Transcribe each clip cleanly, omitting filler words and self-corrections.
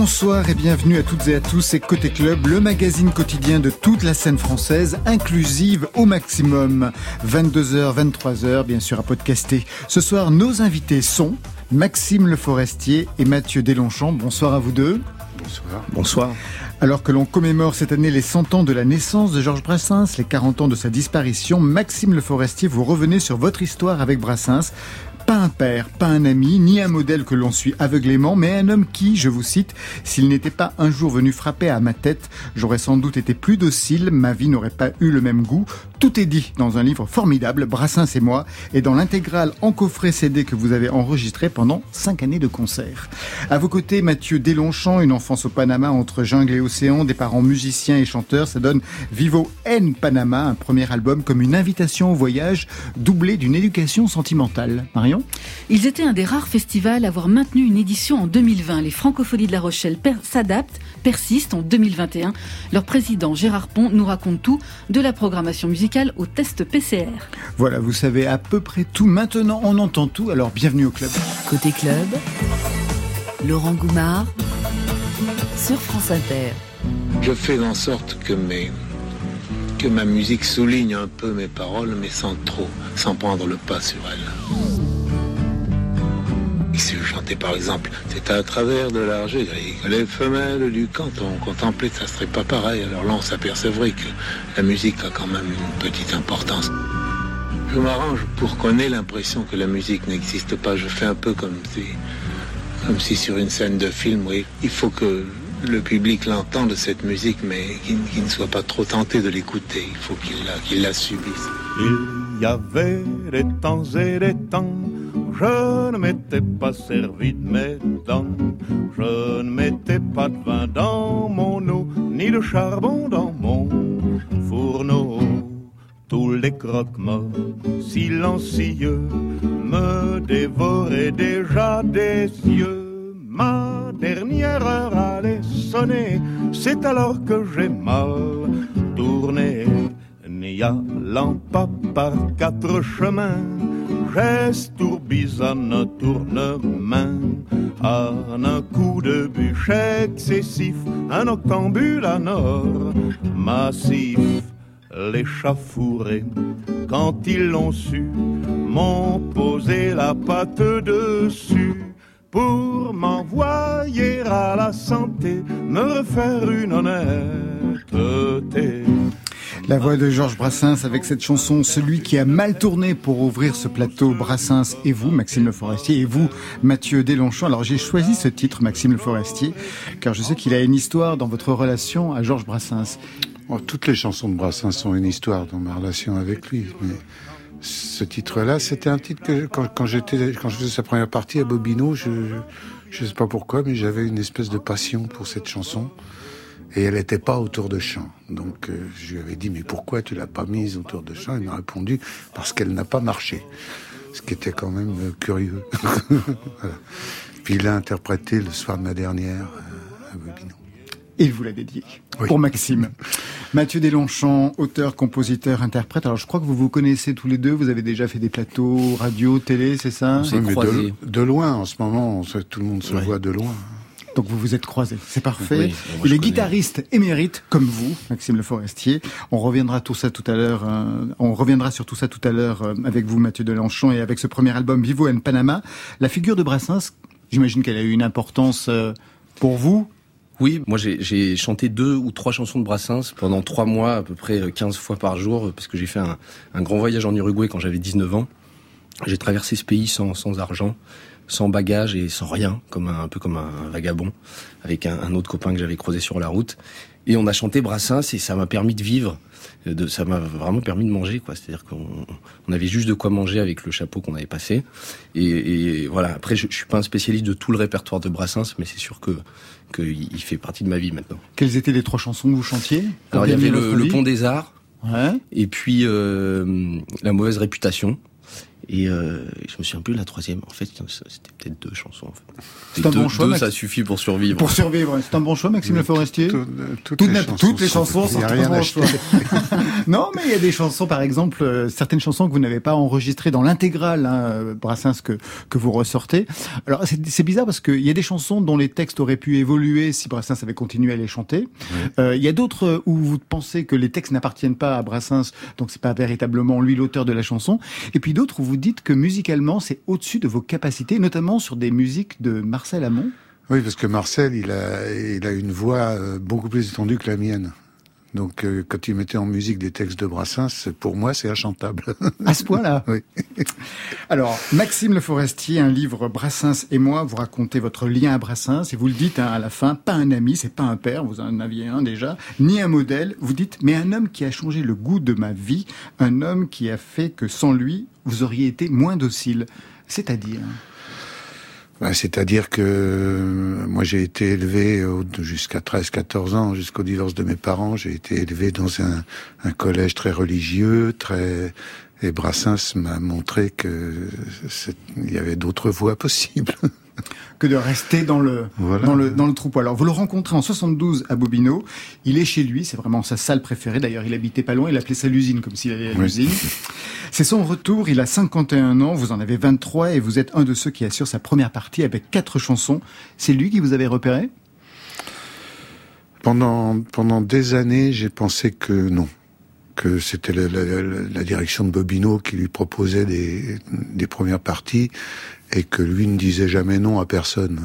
Bonsoir et bienvenue à toutes et à tous, c'est Côté Club, le magazine quotidien de toute la scène française, inclusive au maximum. 22h, 23h, bien sûr à podcaster. Ce soir, nos invités sont Maxime Le Forestier et Mathieu Deslongchamps. Bonsoir à vous deux. Bonsoir. Bonsoir. Alors que l'on commémore cette année les 100 ans de la naissance de Georges Brassens, les 40 ans de sa disparition, Maxime Le Forestier, vous revenez sur votre histoire avec Brassens. Pas un père, pas un ami, ni un modèle que l'on suit aveuglément, mais un homme qui, je vous cite, s'il n'était pas un jour venu frapper à ma tête, j'aurais sans doute été plus docile, ma vie n'aurait pas eu le même goût. Tout est dit dans un livre formidable, Brassens et moi, et dans l'intégrale en coffret CD que vous avez enregistré pendant 5 années de concert. À vos côtés, Mathieu Deslongchamps, une enfance au Panama entre jungle et océan, des parents musiciens et chanteurs, ça donne Vivo en Panama, un premier album comme une invitation au voyage, doublé d'une éducation sentimentale. Marion ? Ils étaient un des rares festivals à avoir maintenu une édition en 2020. Les Francopholies de La Rochelle s'adaptent, persistent en 2021. Leur président Gérard Pont nous raconte tout, de la programmation musicale au test PCR. Voilà, vous savez à peu près tout. Maintenant, on entend tout, alors bienvenue au club. Côté club, Laurent Goumard sur France Inter. Je fais en sorte que ma musique souligne un peu mes paroles, mais sans prendre le pas sur elles. Si je chantais par exemple, c'est à travers de l'argile que les femelles du canton contemplaient, ça serait pas pareil. Alors là, on s'apercevrait que la musique a quand même une petite importance. Je m'arrange pour qu'on ait l'impression que la musique n'existe pas. Je fais un peu comme si sur une scène de film, oui, il faut que le public l'entende cette musique, mais qu'il ne soit pas trop tenté de l'écouter. Il faut qu'il la subisse. Il y avait des temps et des temps. Je ne m'étais pas servi de mes dents, je ne mettais pas de vin dans mon eau, ni de charbon dans mon fourneau. Tous les croque-morts silencieux me dévoraient déjà des yeux. Ma dernière heure allait sonner, c'est alors que j'ai mal tourné. N'y allant pas par 4 chemins, geste tourbillonne tourne-main, un coup de bûche excessif, un octambule à nord massif. Les chats fourrés, quand ils l'ont su, m'ont posé la patte dessus pour m'envoyer à la santé, me refaire une honnêteté. La voix de Georges Brassens avec cette chanson, celui qui a mal tourné pour ouvrir ce plateau, Brassens et vous, Maxime Le Forestier, et vous, Mathieu Deslongchamps. Alors j'ai choisi ce titre, Maxime Le Forestier, car je sais qu'il a une histoire dans votre relation à Georges Brassens. Oh, toutes les chansons de Brassens ont une histoire dans ma relation avec lui, mais ce titre-là, c'était un titre que quand je faisais sa première partie à Bobino, je sais pas pourquoi, mais j'avais une espèce de passion pour cette chanson. Et elle n'était pas autour de chant. Donc je lui avais dit, mais pourquoi tu l'as pas mise autour de chant ? Il m'a répondu, parce qu'elle n'a pas marché. Ce qui était quand même curieux. Voilà. Puis il l'a interprété le soir de ma dernière à Bobino. Et il vous l'a dédié, oui. Pour Maxime. Mathieu Deslongchamps, auteur, compositeur, interprète. Alors je crois que vous vous connaissez tous les deux, vous avez déjà fait des plateaux, radio, télé, c'est ça ? On s'est croisés. De loin, en ce moment, tout le monde se voit de loin. Donc vous vous êtes croisés, c'est parfait. Oui, il est guitariste émérite, comme vous, Maxime Le Forestier. On reviendra sur tout ça tout à l'heure avec vous, Mathieu Deslongchamps, et avec ce premier album, Vivo en Panama. La figure de Brassens, j'imagine qu'elle a eu une importance pour vous. Oui, moi j'ai chanté 2 ou 3 chansons de Brassens pendant 3 mois, à peu près 15 fois par jour, parce que j'ai fait un grand voyage en Uruguay quand j'avais 19 ans. J'ai traversé ce pays sans argent, sans bagages et sans rien, un peu comme un vagabond, avec un autre copain que j'avais croisé sur la route. Et on a chanté Brassens et ça m'a permis de vivre, ça m'a vraiment permis de manger, quoi. C'est-à-dire qu'on avait juste de quoi manger avec le chapeau qu'on avait passé. Et voilà. Après, je suis pas un spécialiste de tout le répertoire de Brassens, mais c'est sûr qu'il fait partie de ma vie maintenant. Quelles étaient les 3 chansons que vous chantiez ? Alors il y avait le Pont des Arts, ouais. Et puis La Mauvaise Réputation. Et je me souviens plus de la troisième. En fait, c'était peut-être 2 chansons. En fait. C'est un bon choix. Ça suffit pour survivre. Pour survivre, c'est un bon choix, Maxime Le Forestier. Toutes les chansons sont un bon choix. Non, mais il y a des chansons, par exemple, certaines chansons que vous n'avez pas enregistrées dans l'intégrale, Brassens, que vous ressortez. Alors, c'est bizarre parce qu'il y a des chansons dont les textes auraient pu évoluer si Brassens avait continué à les chanter. Il y a d'autres où vous pensez que les textes n'appartiennent pas à Brassens, donc c'est pas véritablement lui l'auteur de la chanson. Et puis d'autres où vous dites que musicalement, c'est au-dessus de vos capacités, notamment sur des musiques de Marcel Amont. Oui, parce que Marcel, il a une voix beaucoup plus étendue que la mienne. Donc, quand il mettait en musique des textes de Brassens, pour moi, c'est inchantable. À ce point-là? Oui. Alors, Maxime Le Forestier, un livre Brassens et moi, vous racontez votre lien à Brassens et vous le dites à la fin, pas un ami, c'est pas un père, vous en aviez un déjà, ni un modèle. Vous dites, mais un homme qui a changé le goût de ma vie, un homme qui a fait que sans lui, vous auriez été moins docile. C'est-à-dire? C'est-à-dire que moi j'ai été élevé jusqu'à 13-14 ans, jusqu'au divorce de mes parents, j'ai été élevé dans un collège très religieux, et Brassens m'a montré que il y avait d'autres voies possibles. Que de rester dans le troupeau. Alors, vous le rencontrez en 72 à Bobino. Il est chez lui, c'est vraiment sa salle préférée. D'ailleurs, il habitait pas loin, il appelait ça l'usine, comme s'il allait à l'usine. C'est son retour, il a 51 ans, vous en avez 23, et vous êtes un de ceux qui assure sa première partie avec 4 chansons. C'est lui qui vous avait repéré? Pendant des années, j'ai pensé que non. Que c'était la direction de Bobino qui lui proposait des premières parties et que lui ne disait jamais non à personne.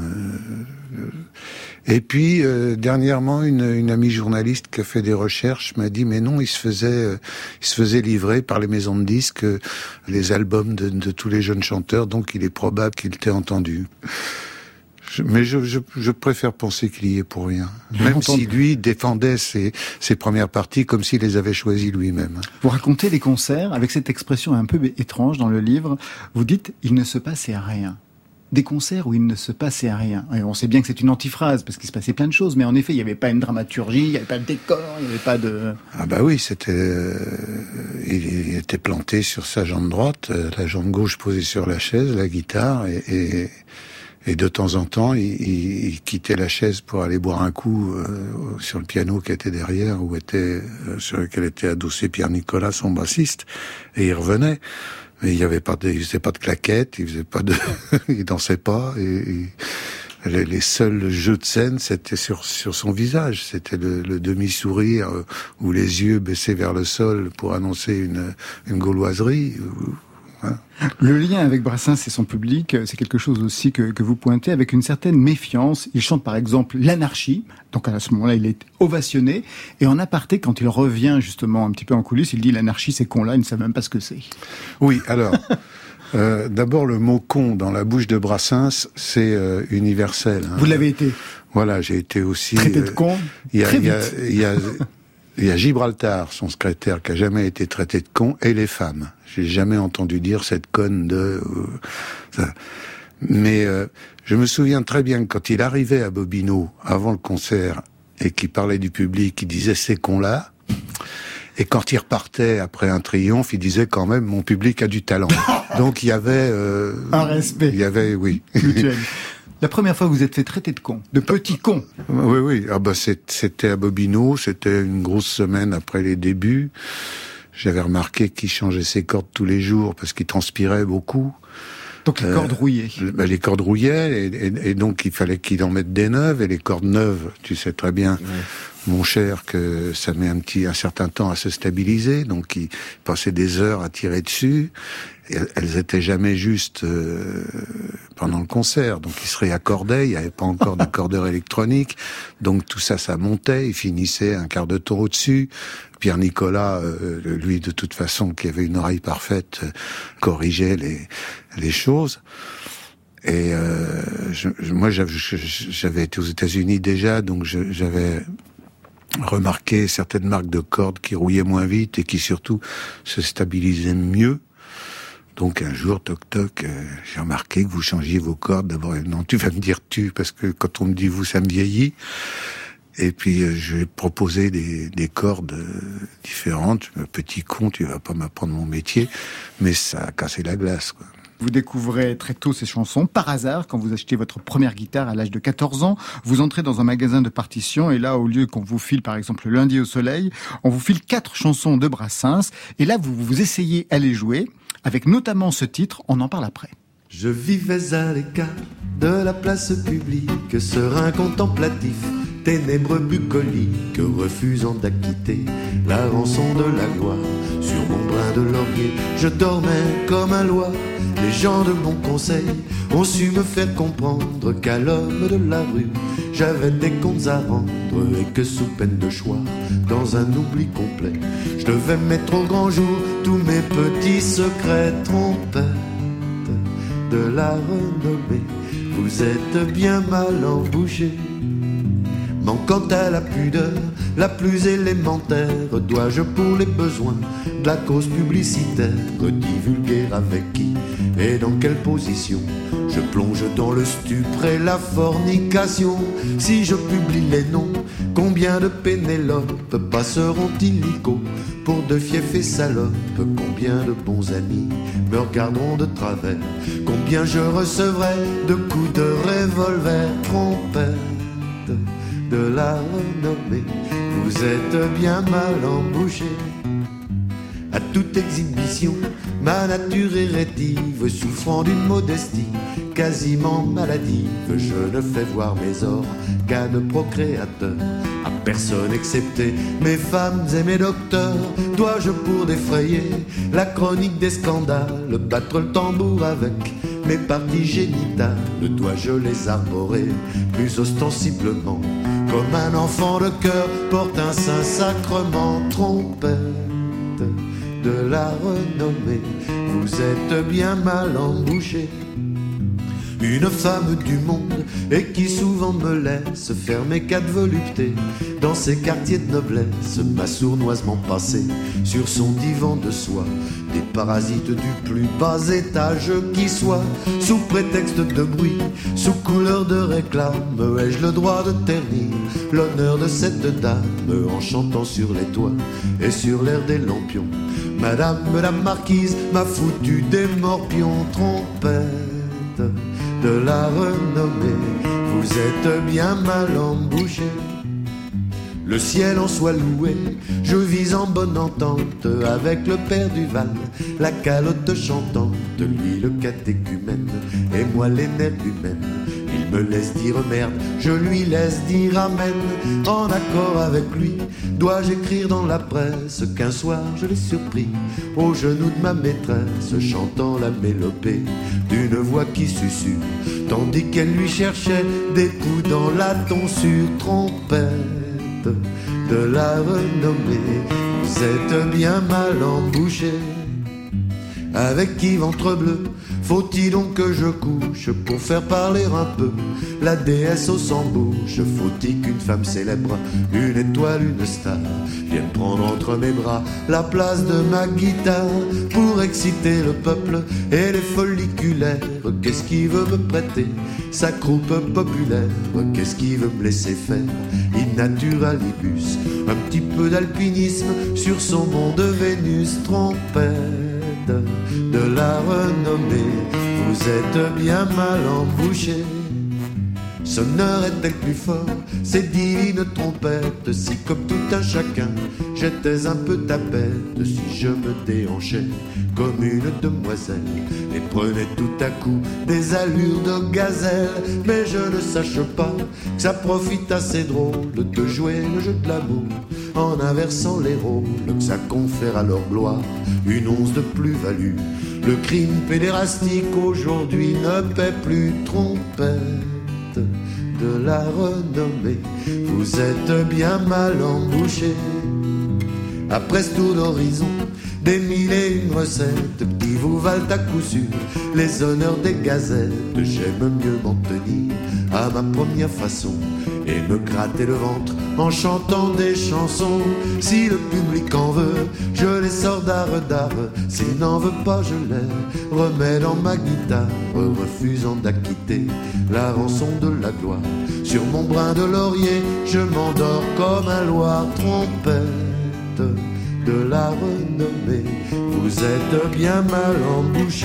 Et puis dernièrement, une amie journaliste qui a fait des recherches m'a dit mais non, il se faisait livrer par les maisons de disques les albums de tous les jeunes chanteurs, donc il est probable qu'il t'ait entendu. Mais je préfère penser qu'il y est pour rien. Même si lui défendait ses premières parties comme s'il les avait choisies lui-même. Vous racontez les concerts avec cette expression un peu étrange dans le livre. Vous dites « il ne se passait rien ». Des concerts où il ne se passait rien. Et on sait bien que c'est une antiphrase parce qu'il se passait plein de choses, mais en effet, il n'y avait pas une dramaturgie, il n'y avait pas de décor, il n'y avait pas de... Ah bah oui, il était planté sur sa jambe droite, la jambe gauche posée sur la chaise, la guitare et de temps en temps, il quittait la chaise pour aller boire un coup sur le piano qui était derrière, sur lequel était adossé Pierre Nicolas, son bassiste, et il revenait. Mais il faisait pas de claquettes, il dansait pas, et les seuls jeux de scène, c'était sur son visage. C'était le demi-sourire ou les yeux baissés vers le sol pour annoncer une gauloiserie. Hein. Le lien avec Brassens et son public, c'est quelque chose aussi que vous pointez avec une certaine méfiance. Il chante par exemple l'anarchie, donc à ce moment-là il est ovationné, et en aparté quand il revient justement un petit peu en coulisses, il dit l'anarchie ces cons-là, ils ne savent même pas ce que c'est. Oui, alors... d'abord, le mot con dans la bouche de Brassens, c'est universel. Hein. Vous l'avez été. Voilà, j'ai été aussi... Traité de con, très vite. Il y a Gibraltar, son secrétaire, qui a jamais été traité de con, et les femmes. J'ai jamais entendu dire cette conne de... ça. Mais je me souviens très bien que quand il arrivait à Bobino, avant le concert, et qu'il parlait du public, il disait « ces cons-là ». Et quand il repartait après un triomphe, il disait quand même « mon public a du talent ». Donc il y avait... un respect. Il y avait, oui. Mutuel. La première fois que vous êtes fait traiter de con, de petit con. Oui. Ah bah c'était à Bobino, c'était une grosse semaine après les débuts. J'avais remarqué qu'il changeait ses cordes tous les jours parce qu'il transpirait beaucoup. Donc les cordes rouillaient. Les cordes rouillaient et donc il fallait qu'il en mette des neuves, et les cordes neuves, tu sais très bien, mon cher, que ça met un certain temps à se stabiliser, donc il passait des heures à tirer dessus. Et elles étaient jamais justes pendant le concert, donc il se réaccordait, il n'y avait pas encore d'accordeur électronique, donc tout ça montait, il finissait un quart de ton au-dessus. Pierre Nicolas, lui de toute façon, qui avait une oreille parfaite, corrigeait les choses. Et moi j'avais été aux États-Unis déjà, donc j'avais remarqué certaines marques de cordes qui rouillaient moins vite et qui surtout se stabilisaient mieux. Donc un jour, toc toc, j'ai remarqué que vous changiez vos cordes. D'abord, non, tu vas me dire tu, parce que quand on me dit vous, ça me vieillit. Et puis j'ai proposé des cordes différentes. Petit con, tu vas pas m'apprendre mon métier, mais ça a cassé la glace, quoi. Vous découvrez très tôt ces chansons. Par hasard, quand vous achetez votre première guitare à l'âge de 14 ans, vous entrez dans un magasin de partitions et là, au lieu qu'on vous file, par exemple, le Lundi au soleil, on vous file 4 chansons de Brassens. Et là, vous essayez à les jouer, avec notamment ce titre, on en parle après. Je vivais à l'écart de la place publique, serein contemplatif, ténébreux bucolique, refusant d'acquitter la rançon de la gloire. Sur mon brin de laurier, je dormais comme un loi. Les gens de bon conseil ont su me faire comprendre qu'à l'homme de la rue, j'avais des comptes à rendre et que sous peine de choix, dans un oubli complet, je devais mettre au grand jour tous mes petits secrets. Trompette de la renommée, vous êtes bien mal embouchés. Manquant à la pudeur la plus élémentaire, dois-je pour les besoins de la cause publicitaire divulguer avec qui et dans quelle position je plonge dans le stupre et la fornication? Si je publie les noms, combien de Pénélope passeront illico pour de fiefs et salopes? Combien de bons amis me regarderont de travers? Combien je recevrai de coups de revolver? Trompette de la renommée, vous êtes bien mal embouché. À toute exhibition, ma nature est rétive, souffrant d'une modestie quasiment maladive. Je ne fais voir mes organes procréateurs à personne excepté mes femmes et mes docteurs. Dois-je pour défrayer la chronique des scandales battre le tambour avec mes parties génitales? Dois-je les arborer plus ostensiblement comme un enfant de cœur porte un saint sacrement? Trompette de la renommée, vous êtes bien mal embouché. Une femme du monde et qui souvent me laisse faire mes 4 voluptés dans ses quartiers de noblesse, m'a sournoisement passé sur son divan de soie des parasites du plus bas étage qui soit. Sous prétexte de bruit, sous couleur de réclame, ai-je le droit de ternir l'honneur de cette dame en chantant sur les toits et sur l'air des lampions? Madame la marquise m'a foutu des morpions. Trompette de la renommée, vous êtes bien mal embouché. Le ciel en soit loué, je vis en bonne entente avec le père du Val, la calotte chantante, lui le catéchumène, et moi les nerfs humaines. Il me laisse dire merde, je lui laisse dire amen. En accord avec lui, dois-je écrire dans la presse qu'un soir je l'ai surpris au genou de ma maîtresse, chantant la mélopée d'une voix qui susurre, tandis qu'elle lui cherchait des coups dans la tonsure. Trompette de la renommée, vous êtes bien mal embouché. Avec qui ventrebleu faut-il donc que je couche pour faire parler un peu la déesse au sang bouche? Faut-il qu'une femme célèbre, une étoile, une star, vienne prendre entre mes bras la place de ma guitare pour exciter le peuple et les folliculaires? Qu'est-ce qui veut me prêter sa croupe populaire? Qu'est-ce qui veut me laisser faire in naturalibus un petit peu d'alpinisme sur son mont de Vénus? Trompette de la renommée, vous êtes bien mal embouché. Sonneur est-elle plus fort, ces divines trompettes, si comme tout un chacun, j'étais un peu tapette, si je me déhanchais comme une demoiselle et prenais tout à coup des allures de gazelle. Mais je ne sache pas que ça profite assez drôle de jouer le jeu de l'amour en inversant les rôles, que ça confère à leur gloire une once de plus-value. Le crime pédérastique aujourd'hui ne paie plus. Trompette de la renommée, vous êtes bien mal embouché. Après ce tour d'horizon, des 1000 et une recettes qui vous valent à coup sûr les honneurs des gazettes. J'aime mieux m'en tenir à ma première façon et me gratter le ventre en chantant des chansons. Si le public en veut, je les sors d'art. S'il n'en veut pas, je les remets dans ma guitare, refusant d'acquitter la rançon de la gloire. Sur mon brin de laurier, je m'endors comme un loir. Trompette de la renommée. Vous êtes bien mal embouché.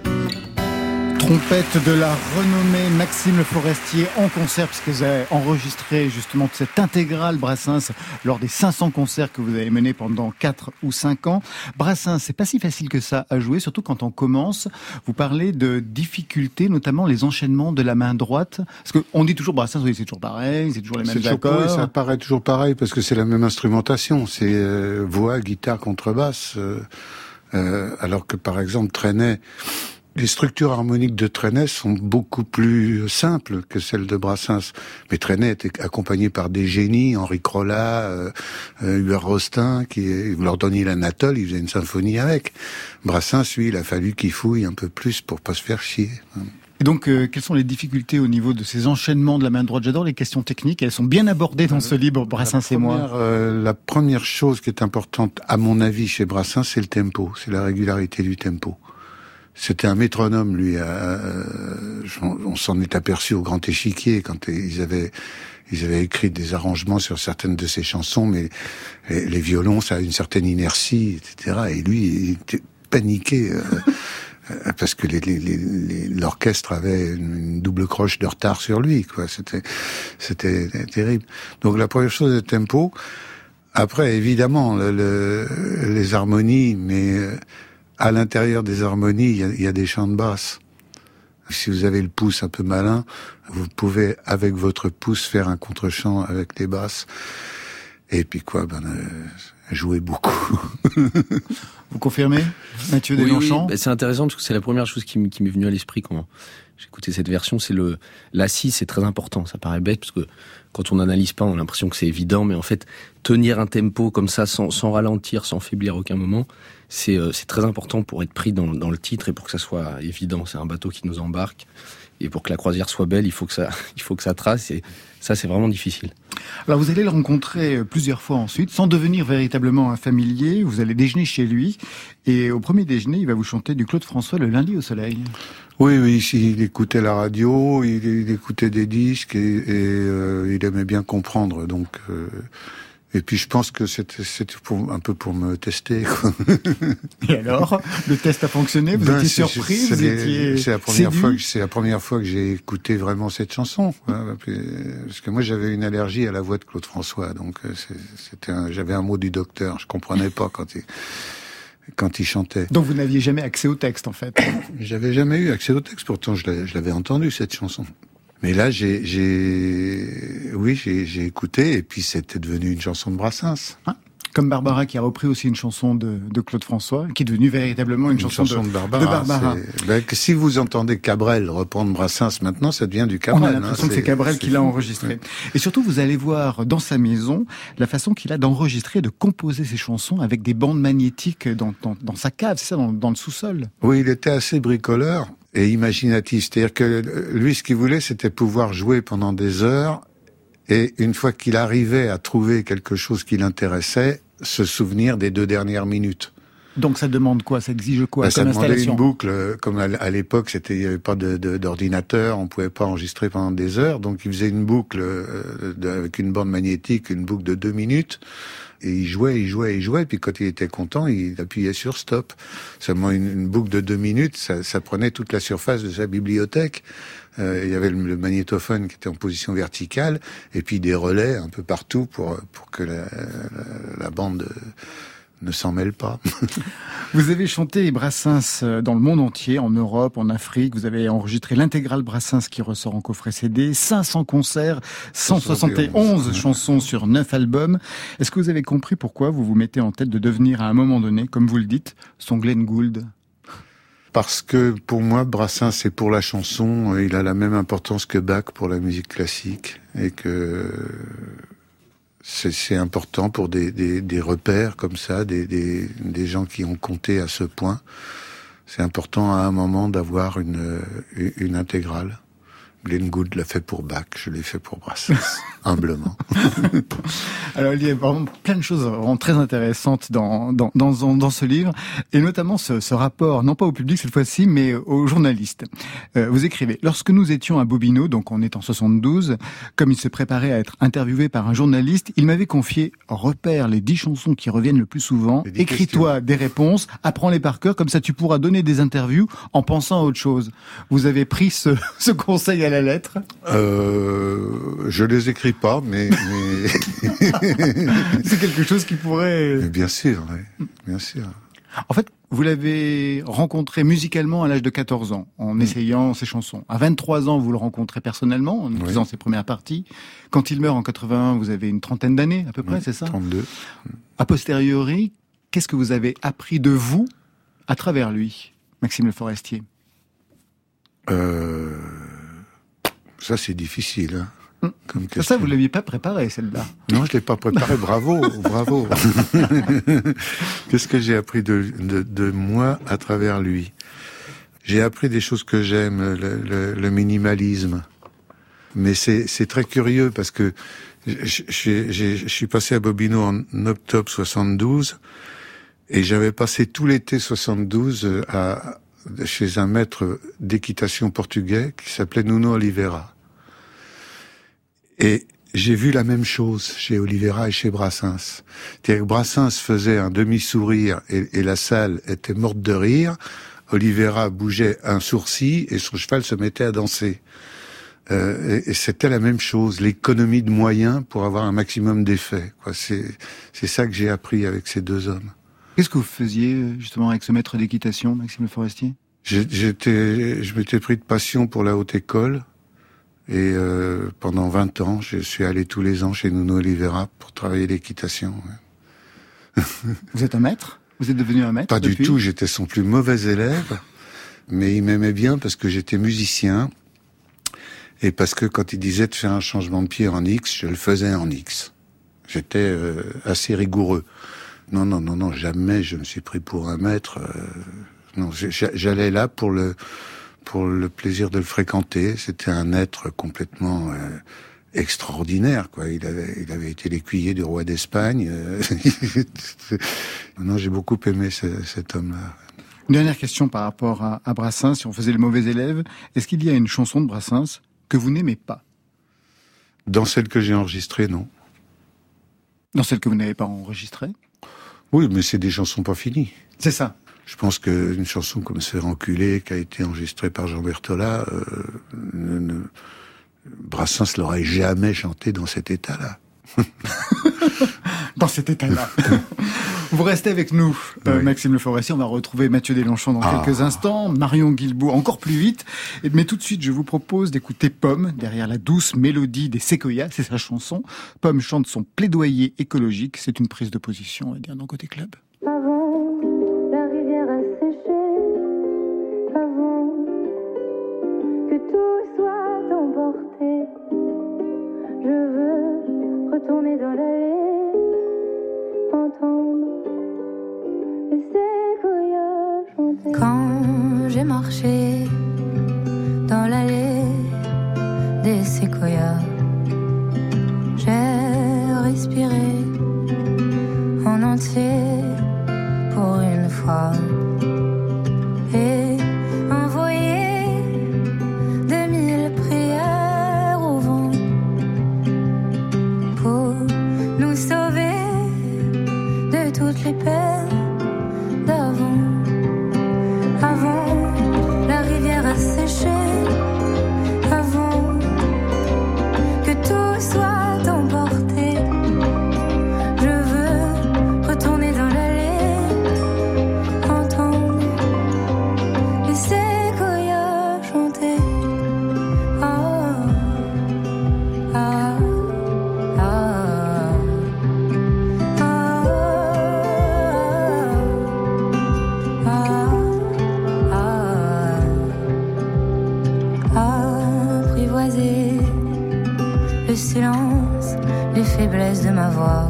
Trompette de la renommée, Maxime Le Forestier en concert, parce que vous avez enregistré justement cette intégrale Brassens lors des 500 concerts que vous avez menés pendant 4 ou 5 ans. Brassens, c'est pas si facile que ça à jouer, surtout quand on commence. Vous parlez de difficultés, notamment les enchaînements de la main droite. Parce qu'on dit toujours Brassens, oui, c'est toujours pareil, c'est toujours les mêmes accords. Ça paraît toujours pareil, parce que c'est la même instrumentation. C'est voix, guitare, contrebasse. Alors que par exemple, Trenet... Les structures harmoniques de Trenet sont beaucoup plus simples que celles de Brassens. Mais Trenet était accompagné par des génies, Henri Crolla, Hubert Rostin, qui leur donnaient l'Anatole, il faisait une symphonie avec. Brassens, lui, il a fallu qu'il fouille un peu plus pour pas se faire chier. Et donc, quelles sont les difficultés au niveau de ces enchaînements de la main droite? J'adore les questions techniques, elles sont bien abordées dans ce livre, Brassens et moi. La première chose qui est importante, à mon avis, chez Brassens, c'est le tempo, c'est la régularité du tempo. C'était un métronome, lui. On s'en est aperçu au Grand Échiquier quand ils avaient écrit des arrangements sur certaines de ces chansons, mais les violons, ça a une certaine inertie, etc. Et lui, il était paniqué parce que l'orchestre avait une double croche de retard sur lui, quoi. C'était terrible. Donc la première chose, le tempo. Après, évidemment, les harmonies, mais à l'intérieur des harmonies, il y a des chants de basse. Si vous avez le pouce un peu malin, vous pouvez, avec votre pouce, faire un contre-chant avec les basses. Et puis jouer beaucoup. Vous confirmez, Mathieu Deslongchamps? Oui, c'est intéressant parce que c'est la première chose qui m'est venue à l'esprit quand j'ai écouté cette version. C'est l'assise, c'est très important. Ça paraît bête parce que quand on n'analyse pas, on a l'impression que c'est évident, mais en fait, tenir un tempo comme ça, sans ralentir, sans faiblir à aucun moment, c'est très important pour être pris dans le titre et pour que ça soit évident. C'est un bateau qui nous embarque. Et pour que la croisière soit belle, il faut que ça trace. Et ça, c'est vraiment difficile. Alors, vous allez le rencontrer plusieurs fois ensuite, sans devenir véritablement un familier. Vous allez déjeuner chez lui. Et au premier déjeuner, il va vous chanter du Claude François, Le lundi au soleil. Oui, il écoutait la radio, il écoutait des disques et il aimait bien comprendre. Donc, et puis je pense que c'était un peu pour me tester, quoi. Et alors, le test a fonctionné? Vous étiez surpris? C'est la première fois que j'ai écouté vraiment cette chanson, quoi. Parce que moi j'avais une allergie à la voix de Claude François, donc j'avais un mot du docteur, je comprenais pas quand il chantait. Donc vous n'aviez jamais accès au texte, en fait? J'avais jamais eu accès au texte, pourtant je l'avais entendu, cette chanson. Mais là, j'ai écouté, et puis c'était devenu une chanson de Brassens. Ah, comme Barbara, qui a repris aussi une chanson de Claude François, qui est devenue véritablement une chanson de Barbara. Si vous entendez Cabrel reprendre Brassens maintenant, ça devient du Cabrel. On a l'impression que c'est Cabrel qui l'a enregistré. Et surtout, vous allez voir dans sa maison la façon qu'il a d'enregistrer, de composer ses chansons avec des bandes magnétiques dans sa cave, c'est ça, dans le sous-sol. Oui, il était assez bricoleur et imaginatif. C'est-à-dire que lui, ce qu'il voulait, c'était pouvoir jouer pendant des heures, et une fois qu'il arrivait à trouver quelque chose qui l'intéressait, se souvenir des 2 dernières minutes. Donc ça demande quoi? Ça exige quoi comme installation? Ça demandait une boucle, comme à l'époque, il n'y avait pas d'ordinateur, on pouvait pas enregistrer pendant des heures, donc il faisait une boucle avec une bande magnétique, une boucle de 2 minutes, et il jouait, puis quand il était content, il appuyait sur stop. Seulement une boucle de 2 minutes, ça prenait toute la surface de sa bibliothèque. Il y avait le magnétophone qui était en position verticale, et puis des relais un peu partout pour que la bande ne s'en mêle pas. Vous avez chanté Brassens dans le monde entier, en Europe, en Afrique. Vous avez enregistré l'intégrale Brassens qui ressort en coffret CD, 500 concerts, 171 chansons sur 9 albums. Est-ce que vous avez compris pourquoi vous vous mettez en tête de devenir à un moment donné, comme vous le dites, son Glenn Gould? Parce que pour moi, Brassens, c'est pour la chanson, il a la même importance que Bach pour la musique classique, et que c'est important pour des repères comme ça, des gens qui ont compté à ce point. C'est important à un moment d'avoir une intégrale. Glenn Gould l'a fait pour Bach, je l'ai fait pour Brassens, humblement. Alors, il y a vraiment plein de choses vraiment très intéressantes dans ce livre, et notamment ce rapport, non pas au public cette fois-ci, mais aux journalistes. Vous écrivez: lorsque nous étions à Bobino, donc on est en 72, comme il se préparait à être interviewé par un journaliste, il m'avait confié: repère les 10 chansons qui reviennent le plus souvent, écris-toi des réponses, apprends-les par cœur, comme ça tu pourras donner des interviews en pensant à autre chose. Vous avez pris ce conseil à la lettre? Je les écris pas, mais... C'est quelque chose qui pourrait... Mais bien sûr, oui. Bien sûr. En fait, vous l'avez rencontré musicalement à l'âge de 14 ans, en essayant ses chansons. À 23 ans, vous le rencontrez personnellement, en faisant ses premières parties. Quand il meurt en 81, vous avez une trentaine d'années, à peu près, c'est ça? 32. A posteriori, qu'est-ce que vous avez appris de vous à travers lui, Maxime Le Forestier? Ça, c'est difficile, hein, comme question. Ça, vous l'aviez pas préparé, celle-là. Non, je l'ai pas préparé. Bravo, bravo. Qu'est-ce que j'ai appris de moi à travers lui? J'ai appris des choses que j'aime, le minimalisme. Mais c'est très curieux parce que je suis passé à Bobino en octobre 72 et j'avais passé tout l'été 72 chez un maître d'équitation portugais qui s'appelait Nuno Oliveira. Et j'ai vu la même chose chez Oliveira et chez Brassens. C'est-à-dire que Brassens faisait un demi-sourire et la salle était morte de rire. Oliveira bougeait un sourcil et son cheval se mettait à danser. Et c'était la même chose, l'économie de moyens pour avoir un maximum d'effets. C'est ça que j'ai appris avec ces deux hommes. Qu'est-ce que vous faisiez justement avec ce maître d'équitation, Maxime Le Forestier? Je m'étais pris de passion pour la haute école. Et pendant 20 ans, je suis allé tous les ans chez Nuno Oliveira pour travailler l'équitation. Ouais. Vous êtes un maître? Vous êtes devenu un maître? Pas du tout, j'étais son plus mauvais élève, mais il m'aimait bien parce que j'étais musicien et parce que quand il disait de faire un changement de pied en X, je le faisais en X. J'étais assez rigoureux. Non, jamais je me suis pris pour un maître. Non, j'allais là pour le plaisir de le fréquenter. C'était un être complètement extraordinaire, quoi. Il avait été l'écuyer du roi d'Espagne. Non, j'ai beaucoup aimé cet homme-là. Une dernière question par rapport à Brassens, si on faisait le mauvais élève. Est-ce qu'il y a une chanson de Brassens que vous n'aimez pas? Dans celle que j'ai enregistrée, non. Dans celle que vous n'avez pas enregistrée? Oui, mais c'est des chansons pas finies. C'est ça. Je pense qu'une chanson comme Se faire enculer, qui a été enregistrée par Jean Berthollat, Brassens l'aurait jamais chanté dans cet état-là. Dans cet état-là. Vous restez avec nous, Maxime Le Forestier. On va retrouver Mathieu Deslongchamps dans quelques instants, Marion Guilbault encore plus vite. Mais tout de suite, je vous propose d'écouter Pomme, derrière la douce mélodie des séquoias, c'est sa chanson. Pomme chante son plaidoyer écologique. C'est une prise de position, on va dire, dans Côté Club. Retourner dans l'allée, entendre les séquoias chanter. Quand j'ai marché dans l'allée des séquoias, j'ai respiré en entier pour une fois et envoyé 2000 prières au vent pour nous sauver de toutes les peines d'avant. Avant, la rivière a séché, avant que tout soit emporté. Je veux retourner dans l'allée, entendre les séquoias chanter. Ah, ah, ah, apprivoiser le silence, les faiblesses de ma voix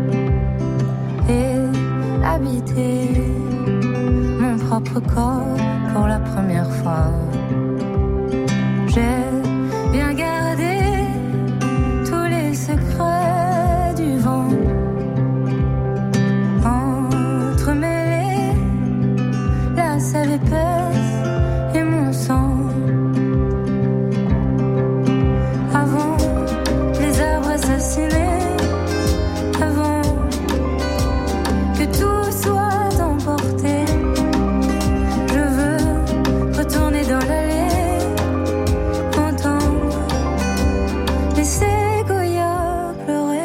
et habiter mon propre corps pour la première fois. J'ai sève épaisse et mon sang. Avant les arbres assassinés, avant que tout soit emporté, je veux retourner dans l'allée, entendre les séquoias pleurer.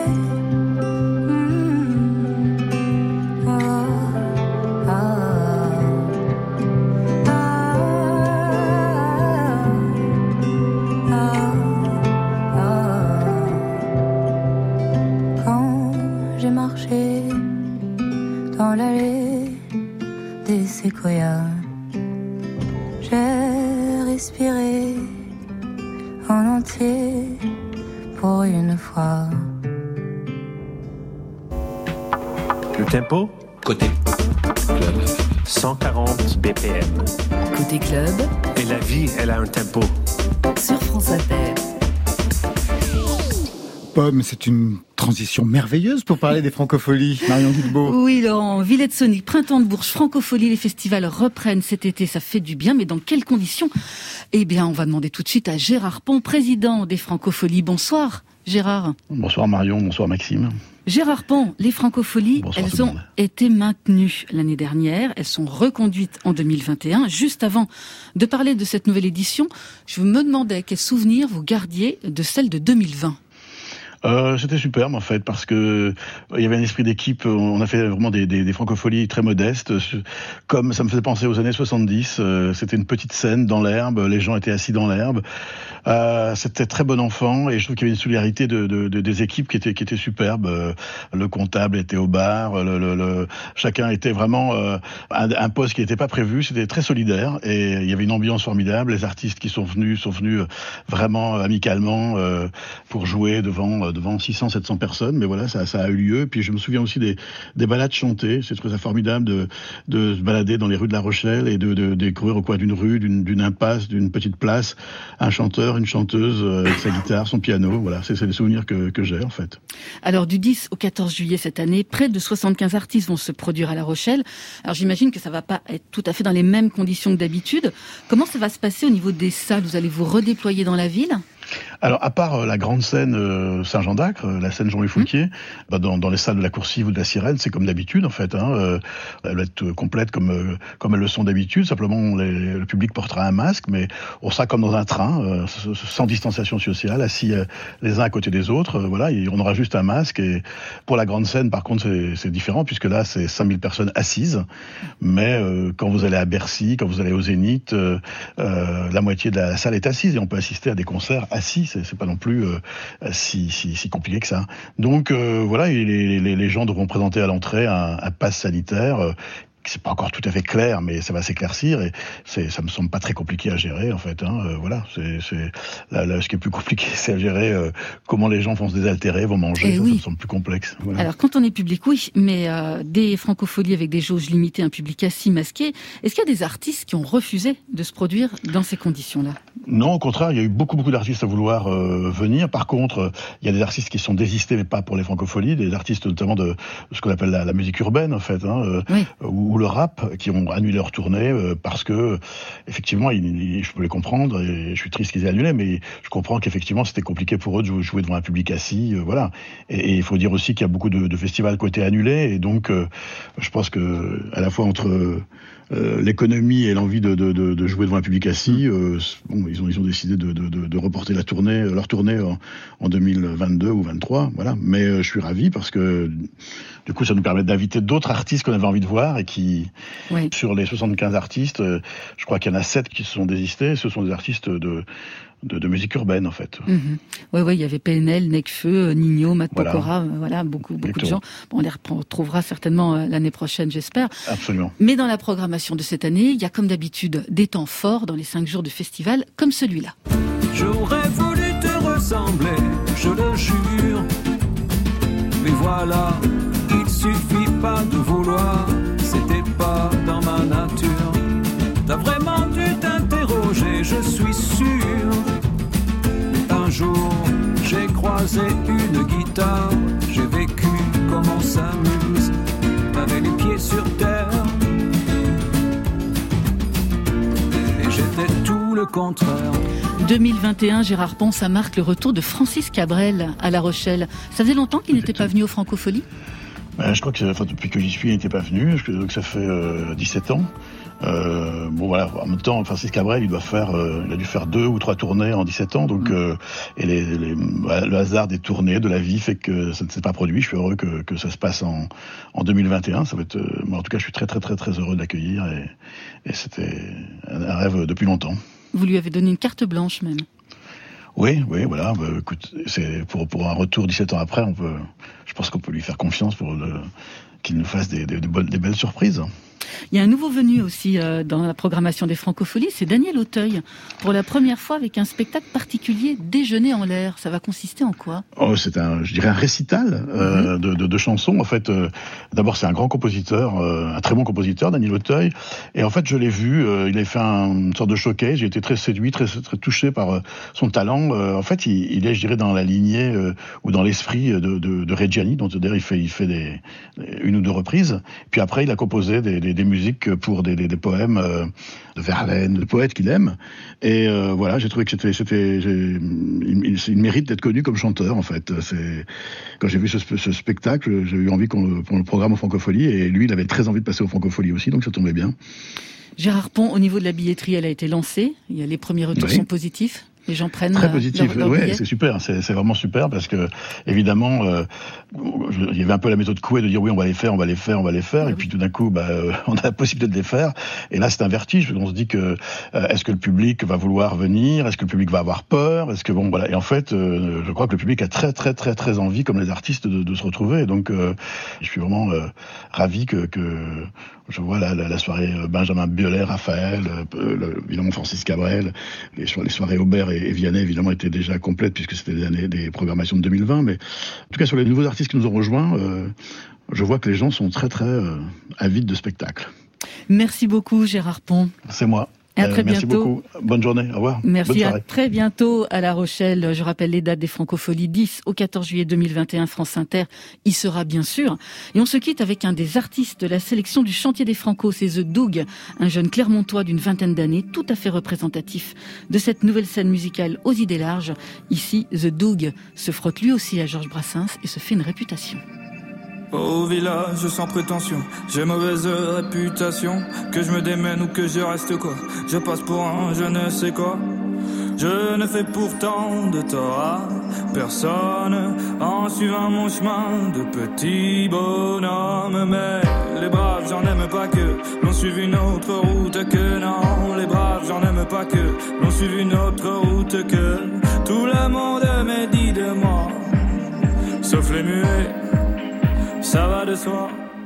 Quand j'ai marché dans l'allée des séquoias, j'ai respiré en entier pour une fois. Le tempo, Côté club. 140 BPM. Côté club, Et la vie, elle a un tempo. sur France Inter. Pomme, c'est une transition merveilleuse pour parler des francopholies. Marion Guilbeault. Oui, Laurent, Villette Sonic, Printemps de Bourges, Francophonie, les festivals reprennent cet été, ça fait du bien, mais dans quelles conditions? Eh bien, on va demander tout de suite à Gérard Pont, président des Francopholies. Bonsoir, Gérard. Bonsoir Marion, bonsoir Maxime. Gérard Pont, les Francopholies, Bonsoir tout elles le ont monde. été maintenues l'année dernière, elles sont reconduites en 2021. Juste avant de parler de cette nouvelle édition, je me demandais quel souvenir vous gardiez de celle de 2020. C'était superbe en fait parce que il y avait un esprit d'équipe. On a fait vraiment des francopholies très modestes, comme ça me faisait penser aux années 70. C'était une petite scène dans l'herbe, les gens étaient assis dans l'herbe. C'était très bon enfant et je trouve qu'il y avait une solidarité des équipes qui était superbe. Le comptable était au bar, chacun était vraiment un poste qui n'était pas prévu. C'était très solidaire et il y avait une ambiance formidable. Les artistes qui sont venus vraiment amicalement pour jouer devant 600-700 personnes, mais voilà, ça a eu lieu. Puis je me souviens aussi des balades chantées. C'est très formidable de se balader dans les rues de La Rochelle et de découvrir au coin d'une rue, d'une impasse, d'une petite place, un chanteur, une chanteuse avec sa guitare, son piano. Voilà, c'est les souvenirs que j'ai en fait. Alors du 10 au 14 juillet cette année, près de 75 artistes vont se produire à La Rochelle. Alors j'imagine que ça va pas être tout à fait dans les mêmes conditions que d'habitude. Comment ça va se passer au niveau des salles? Vous allez vous redéployer dans la ville? Alors, à part la grande scène Saint-Jean d'Acre, la scène Jean-Louis Foulquier, dans les salles de la Coursive ou de la Sirène, c'est comme d'habitude en fait. Elle va être complète comme elles le sont d'habitude. Simplement, le public portera un masque, mais on sera comme dans un train, sans distanciation sociale, assis les uns à côté des autres. Voilà, et on aura juste un masque. Et pour la grande scène, par contre, c'est différent puisque là, c'est 5000 personnes assises. Mais quand vous allez à Bercy, quand vous allez au Zénith, la moitié de la salle est assise et on peut assister à des concerts assis. C'est pas non plus si compliqué que ça. Donc voilà, les gens devront présenter à l'entrée un pass sanitaire. C'est pas encore tout à fait clair, mais ça va s'éclaircir et ça me semble pas très compliqué à gérer en fait. Voilà, ce qui est plus compliqué, c'est à gérer comment les gens vont se désaltérer, vont manger. Ça me semble plus complexe. Voilà. Alors quand on est public, oui, mais des francopholies avec des jauges limitées, un public assis, masqué. Est-ce qu'il y a des artistes qui ont refusé de se produire dans ces conditions-là? Non, au contraire, il y a eu beaucoup d'artistes à vouloir venir. Par contre, il y a des artistes qui sont désistés, mais pas pour les francopholies, des artistes notamment de ce qu'on appelle la musique urbaine en fait, oui. Ou le rap, qui ont annulé leur tournée parce que effectivement, je peux les comprendre et je suis triste qu'ils aient annulé, mais je comprends qu'effectivement c'était compliqué pour eux de jouer devant un public assis, voilà. Et il faut dire aussi qu'il y a beaucoup de festivals qui ont été annulés, et donc je pense que à la fois entre l'économie et l'envie de jouer devant un public assis, ils ont décidé de reporter leur tournée en 2022 ou 2023, voilà. Mais je suis ravi parce que du coup ça nous permet d'inviter d'autres artistes qu'on avait envie de voir et qui, oui. Sur les 75 artistes, je crois qu'il y en a 7 qui se sont désistés. Ce sont des artistes de musique urbaine en fait. Oui, il y avait PNL, Nekfeu, Nino, Matt Pokora, voilà, beaucoup de gens. Bon, on les retrouvera certainement l'année prochaine, j'espère. Absolument. Mais dans la programmation de cette année, il y a comme d'habitude des temps forts dans les 5 jours de festival, comme celui-là. J'aurais voulu te ressembler, je le jure. Mais voilà, il suffit pas de vouloir, c'était pas dans ma nature. T'as vraiment dû t'interroger, je suis sûr. Un jour, j'ai croisé une guitare, j'ai vécu comme on s'amuse, avec les pieds sur terre. le contraire. 2021, Gérard Pont, ça marque le retour de Francis Cabrel à La Rochelle. Ça faisait longtemps qu'il n'était pas venu aux Francopholies ? Je crois que depuis que j'y suis, il n'était pas venu. Donc ça fait 17 ans. Bon voilà, en même temps, Francis Cabrel, il a dû faire 2 ou 3 tournées en 17 ans. Donc et le hasard des tournées, de la vie, fait que ça ne s'est pas produit. Je suis heureux que ça se passe en 2021. Ça va être, moi, en tout cas, je suis très très très très heureux de l'accueillir et c'était un rêve depuis longtemps. Vous lui avez donné une carte blanche même. Oui, voilà. Écoute, c'est pour un retour 17 ans après, je pense qu'on peut lui faire confiance pour qu'il nous fasse des belles surprises. Il y a un nouveau venu aussi dans la programmation des Francopholies, c'est Daniel Auteuil. Pour la première fois avec un spectacle particulier, Déjeuner en l'air. Ça va consister en quoi ? C'est un récital de chansons. En fait, d'abord c'est un grand compositeur, un très bon compositeur, Daniel Auteuil. Et en fait, je l'ai vu, il avait fait une sorte de showcase. J'ai été très séduit, très très touché par son talent. En fait, il est, je dirais, dans la lignée ou dans l'esprit de Reggiani, dont d'ailleurs il fait une ou 2 reprises. Puis après, il a composé des musiques pour des poèmes de Verlaine, de poètes qu'il aime. Et voilà, j'ai trouvé que il mérite d'être connu comme chanteur, en fait. Quand j'ai vu ce spectacle, j'ai eu envie qu'on le programme aux Francopholies, et lui, il avait très envie de passer aux Francopholies aussi, donc ça tombait bien. Gérard Pont, au niveau de la billetterie, elle a été lancée. Les premiers retours sont positifs. Les gens prennent très positif. Leur billet. C'est super, c'est vraiment super parce que évidemment il y avait un peu la méthode Coué de dire oui on va les faire et puis tout d'un coup on a la possibilité de les faire et là c'est un vertige. On se dit que est-ce que le public va vouloir venir, est-ce que le public va avoir peur, est-ce que et en fait je crois que le public a très très très très envie comme les artistes de se retrouver, donc je suis vraiment ravi que je vois la soirée Benjamin Biolay, Raphaël, évidemment Francis Cabrel, les soirées Aubert et Vianney évidemment étaient déjà complètes puisque c'était des programmations de 2020, mais en tout cas sur les nouveaux artistes qui nous ont rejoints, je vois que les gens sont très très avides de spectacles. Merci beaucoup Gérard Pont. C'est moi. Et à très merci bientôt. Beaucoup. Bonne journée. Au revoir. Merci, à très bientôt à La Rochelle. Je rappelle les dates des Francopholies, 10 au 14 juillet 2021, France Inter y sera bien sûr. Et on se quitte avec un des artistes de la sélection du Chantier des Franco, c'est The Doug, un jeune Clermontois d'une 20aine d'années, tout à fait représentatif de cette nouvelle scène musicale aux idées larges. Ici, The Doug se frotte lui aussi à Georges Brassens et se fait une réputation. Au village sans prétention, j'ai mauvaise réputation. Que je me démène ou que je reste quoi, je passe pour un je ne sais quoi. Je ne fais pourtant de tort à personne en suivant mon chemin de petit bonhomme. Mais les braves j'en aime pas que l'on suive une autre route que non. Les braves j'en aime pas que l'on suive une autre route que tout le monde me dit de moi, sauf les muets. Ça va de soi.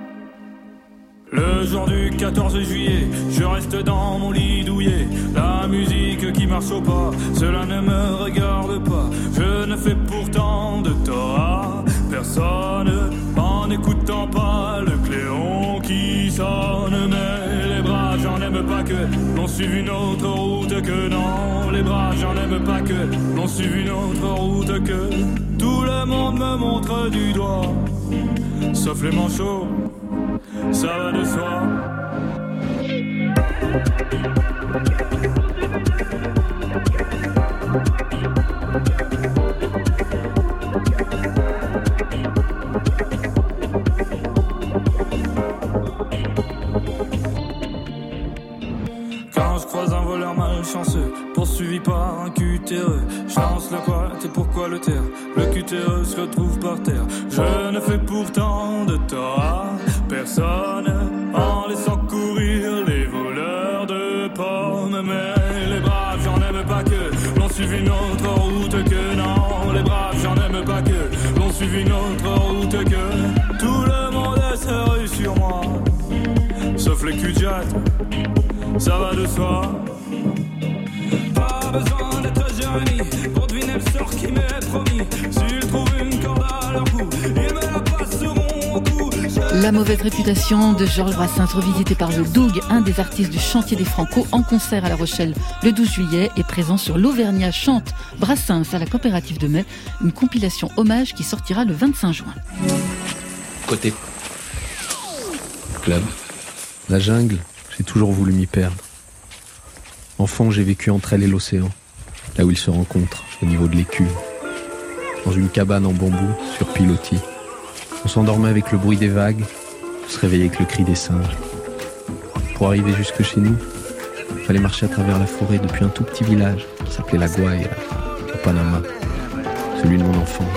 Le jour du 14 juillet, je reste dans mon lit douillet. La musique qui marche au pas, cela ne me regarde pas. Je ne fais pourtant de tort à personne en n'écoutant pas le clairon qui sonne. Mais les braves, j'en aime pas que l'on suive une autre route que non. Les braves, j'en aime pas que l'on suive une autre route que tout le monde me montre du doigt, sauf les manchots, ça va de soi. Quand je croise un voleur malchanceux, poursuivi par un cutéreux, je lance la pointe et pourquoi le taire? Le cutéreux se retrouve par terre. Je ne fais pourtant de tort à personne en laissant courir les voleurs de pommes. Mais les braves, j'en aime pas que l'on suive une autre route que non. Les braves, j'en aime pas que l'on suive une autre route que tout le monde se rue sur moi, sauf les cul-de-jatte, ça va de soi. Pas besoin d'être Jérémie pour deviner le sort qui m'est promis. S'ils trouvent une corde à leur cou, ils me la passeront au cou. La mauvaise réputation de Georges Brassens, revisité par The Doug, un des artistes du Chantier des Franco, en concert à La Rochelle le 12 juillet et présent sur l'Auvergnat Chante Brassens à la coopérative de Mai, une compilation hommage qui sortira le 25 juin. Côté club, la jungle, j'ai toujours voulu m'y perdre. Enfant, j'ai vécu entre elle et l'océan, là où ils se rencontrent, au niveau de l'écume. Dans une cabane en bambou, sur pilotis. On s'endormait avec le bruit des vagues, on se réveillait avec le cri des singes. Pour arriver jusque chez nous, il fallait marcher à travers la forêt depuis un tout petit village qui s'appelait La Guaira, au Panama, celui de mon enfance.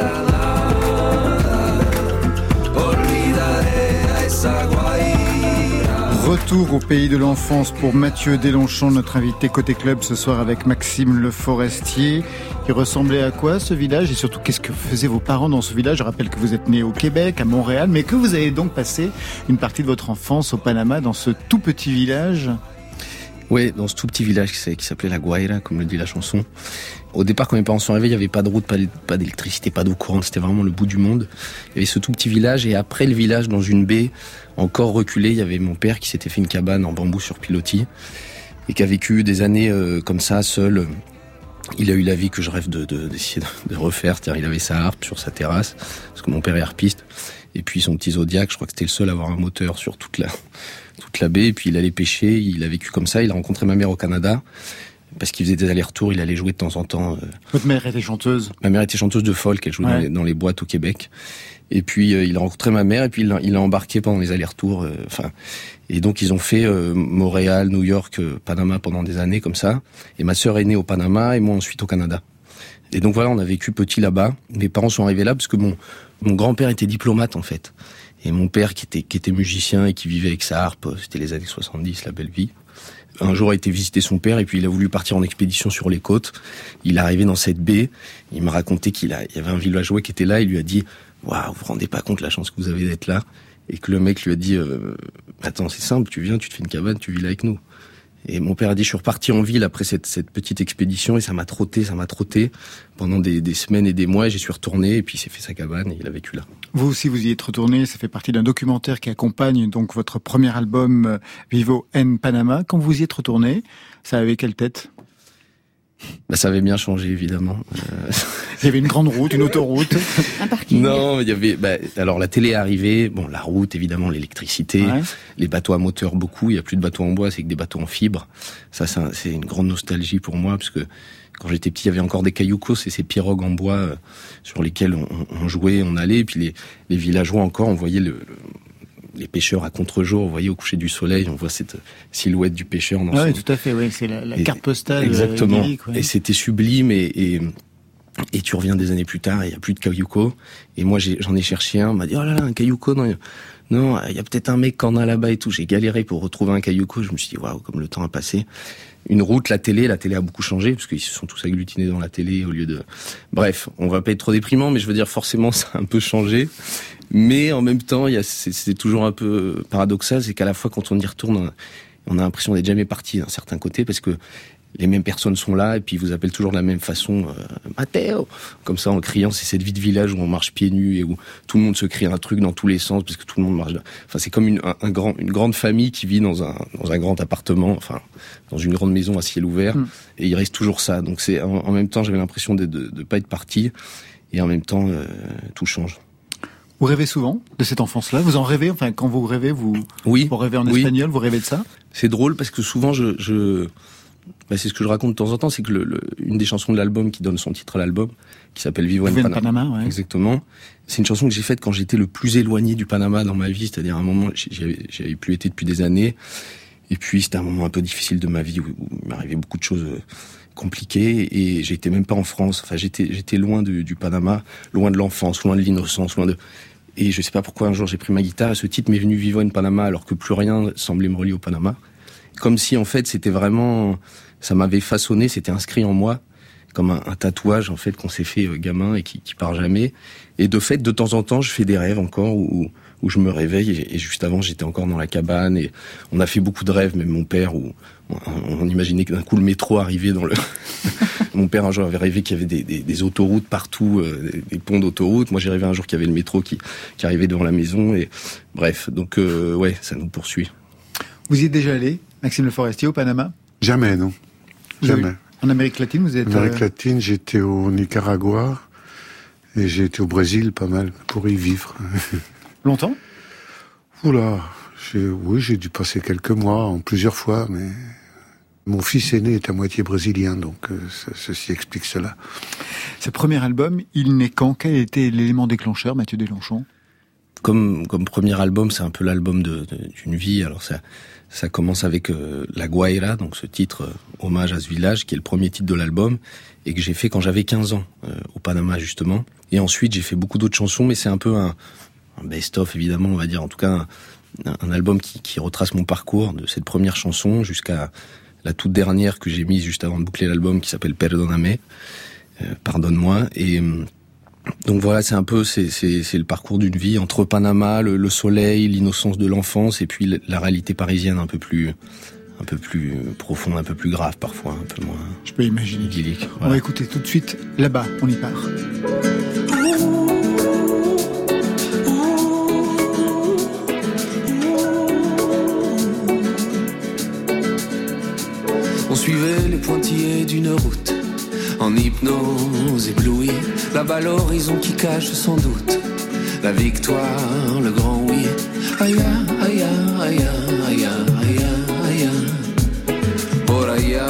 Retour au pays de l'enfance pour Mathieu Deslongchamps, notre invité côté club ce soir avec Maxime Le Forestier. Il ressemblait à quoi ce village et surtout qu'est-ce que faisaient vos parents dans ce village? Je rappelle que vous êtes né au Québec, à Montréal, mais que vous avez donc passé une partie de votre enfance au Panama dans ce tout petit village. Oui, dans ce tout petit village qui s'appelait La Guaira, comme le dit la chanson. Au départ, quand mes parents sont arrivés, il n'y avait pas de route, pas d'électricité, pas d'eau courante. C'était vraiment le bout du monde. Il y avait ce tout petit village et après le village, dans une baie, encore reculée, il y avait mon père qui s'était fait une cabane en bambou sur pilotis et qui a vécu des années comme ça, seul. Il a eu la vie que je rêve d'essayer de refaire. C'est-à-dire, il avait sa harpe sur sa terrasse, parce que mon père est harpiste. Et puis son petit Zodiac, je crois que c'était le seul à avoir un moteur sur toute la baie. Et puis il allait pêcher, il a vécu comme ça. Il a rencontré ma mère au Canada, parce qu'il faisait des allers-retours, il allait jouer de temps en temps. Votre mère était chanteuse? Ma mère était chanteuse de folk, elle jouait dans les boîtes au Québec. Et puis il a rencontré ma mère, et puis il a embarqué pendant les allers-retours. Et donc ils ont fait Montréal, New York, Panama pendant des années comme ça. Et ma sœur est née au Panama, et moi ensuite au Canada. Et donc voilà, on a vécu petit là-bas. Mes parents sont arrivés là parce que mon grand-père était diplomate en fait. Et mon père qui était musicien et qui vivait avec sa harpe, c'était les années 70, la belle vie. Un jour a été visiter son père et puis il a voulu partir en expédition sur les côtes. Il est arrivé dans cette baie, il m'a raconté il y avait un villageois qui était là, il lui a dit « Waouh, vous vous rendez pas compte la chance que vous avez d'être là ?» Et que le mec lui a dit « Attends, c'est simple, tu viens, tu te fais une cabane, tu vis là avec nous. » Et mon père a dit, je suis reparti en ville après cette petite expédition et ça m'a trotté pendant des semaines et des mois. Et j'y suis retourné et puis il s'est fait sa cabane et il a vécu là. Vous aussi, vous y êtes retourné. Ça fait partie d'un documentaire qui accompagne donc votre premier album Vivo en Panama. Quand vous y êtes retourné, ça avait quelle tête? Ça avait bien changé, évidemment. Il y avait une grande route, une autoroute. Un parking. Non, il y avait, alors la télé est arrivée, bon, la route, évidemment, l'électricité, les bateaux à moteur, beaucoup. Il y a plus de bateaux en bois, c'est que des bateaux en fibre. Ça, c'est une grande nostalgie pour moi, parce que quand j'étais petit, il y avait encore des cayucos, c'est ces pirogues en bois sur lesquelles on jouait, on allait, et puis les villageois encore, on voyait les pêcheurs à contre-jour, vous voyez, au coucher du soleil, on voit cette silhouette du pêcheur. Oui, tout à fait, oui, c'est la carte postale. Exactement. Idyllique, ouais. Et c'était sublime, et tu reviens des années plus tard, et il n'y a plus de cayuco. Et moi, j'en ai cherché un, on m'a dit, oh là là, un cayuco, non, il y a peut-être un mec qui en a là-bas et tout. J'ai galéré pour retrouver un cayuco, je me suis dit, waouh, comme le temps a passé. Une route, la télé a beaucoup changé, parce qu'ils se sont tous agglutinés dans la télé au lieu de... Bref, on va pas être trop déprimant, mais je veux dire, forcément, ça a un peu changé. Mais en même temps, c'est toujours un peu paradoxal, c'est qu'à la fois, quand on y retourne, on a l'impression d'être jamais parti d'un certain côté, parce que les mêmes personnes sont là, et puis ils vous appellent toujours de la même façon, Matteo, comme ça, en criant. C'est cette vie de village où on marche pieds nus, et où tout le monde se crie un truc dans tous les sens, parce que tout le monde marche... Enfin, c'est comme une grande famille qui vit dans un grand appartement, enfin, dans une grande maison à ciel ouvert, et il reste toujours ça. Donc c'est, en même temps, j'avais l'impression de pas être parti, et en même temps, tout change. Vous rêvez souvent de cette enfance-là? Vous en rêvez? Enfin, quand vous rêvez, vous rêvez en espagnol, vous rêvez de ça? C'est drôle parce que souvent, c'est ce que je raconte de temps en temps, c'est que une des chansons de l'album qui donne son titre à l'album, qui s'appelle Vivo en Panama, ouais. Exactement. C'est une chanson que j'ai faite quand j'étais le plus éloigné du Panama dans ma vie, c'est-à-dire à un moment, j'avais plus été depuis des années. Et puis, c'était un moment un peu difficile de ma vie où il m'arrivait beaucoup de choses compliquées et j'étais même pas en France. Enfin, j'étais loin du Panama, loin de l'enfance, loin de l'innocence, Et je sais pas pourquoi un jour j'ai pris ma guitare et ce titre m'est venu Vivo en Panama alors que plus rien semblait me relier au Panama. Comme si en fait c'était vraiment, ça m'avait façonné, c'était inscrit en moi comme un tatouage en fait qu'on s'est fait gamin et qui part jamais. Et de fait, de temps en temps, je fais des rêves encore où je me réveille et juste avant j'étais encore dans la cabane et on a fait beaucoup de rêves, même mon père, où on imaginait que d'un coup le métro arrivait dans le... Mon père un jour avait rêvé qu'il y avait des autoroutes partout, des ponts d'autoroute. Moi j'ai rêvé un jour qu'il y avait le métro qui arrivait devant la maison et bref, donc ouais, ça nous poursuit. Vous y êtes déjà allé, Maxime Le Forestier, au Panama? Jamais, non. Jamais. En Amérique latine, vous êtes... En Amérique latine, j'étais au Nicaragua et j'ai été au Brésil pas mal pour y vivre. Longtemps? Oula, j'ai dû passer quelques mois, plusieurs fois, mais Mon fils aîné est à moitié brésilien, donc ceci explique cela. Ce premier album, il naît quand ? Quel était l'élément déclencheur, Mathieu Deslongchamps ? Comme premier album, c'est un peu l'album d'une vie. Alors ça commence avec La Guaira, donc ce titre hommage à ce village, qui est le premier titre de l'album, et que j'ai fait quand j'avais 15 ans, au Panama justement. Et ensuite, j'ai fait beaucoup d'autres chansons, mais c'est un peu un best-of, évidemment, on va dire. En tout cas, un album qui retrace mon parcours de cette première chanson jusqu'à la toute dernière que j'ai mise juste avant de boucler l'album, qui s'appelle Perdóname, pardonne-moi. Et donc voilà, c'est le parcours d'une vie entre Panama, le soleil, l'innocence de l'enfance, et puis la réalité parisienne un peu plus profonde, un peu plus grave parfois, un peu moins. Je peux imaginer. Idyllique. Voilà. On va écouter tout de suite Là-bas, on y part. On suivait les pointillés d'une route, en hypnose éblouie, là-bas l'horizon qui cache sans doute la victoire, le grand oui. Aïe, aïe, aïe, aïe, aïe, aïe, por allá.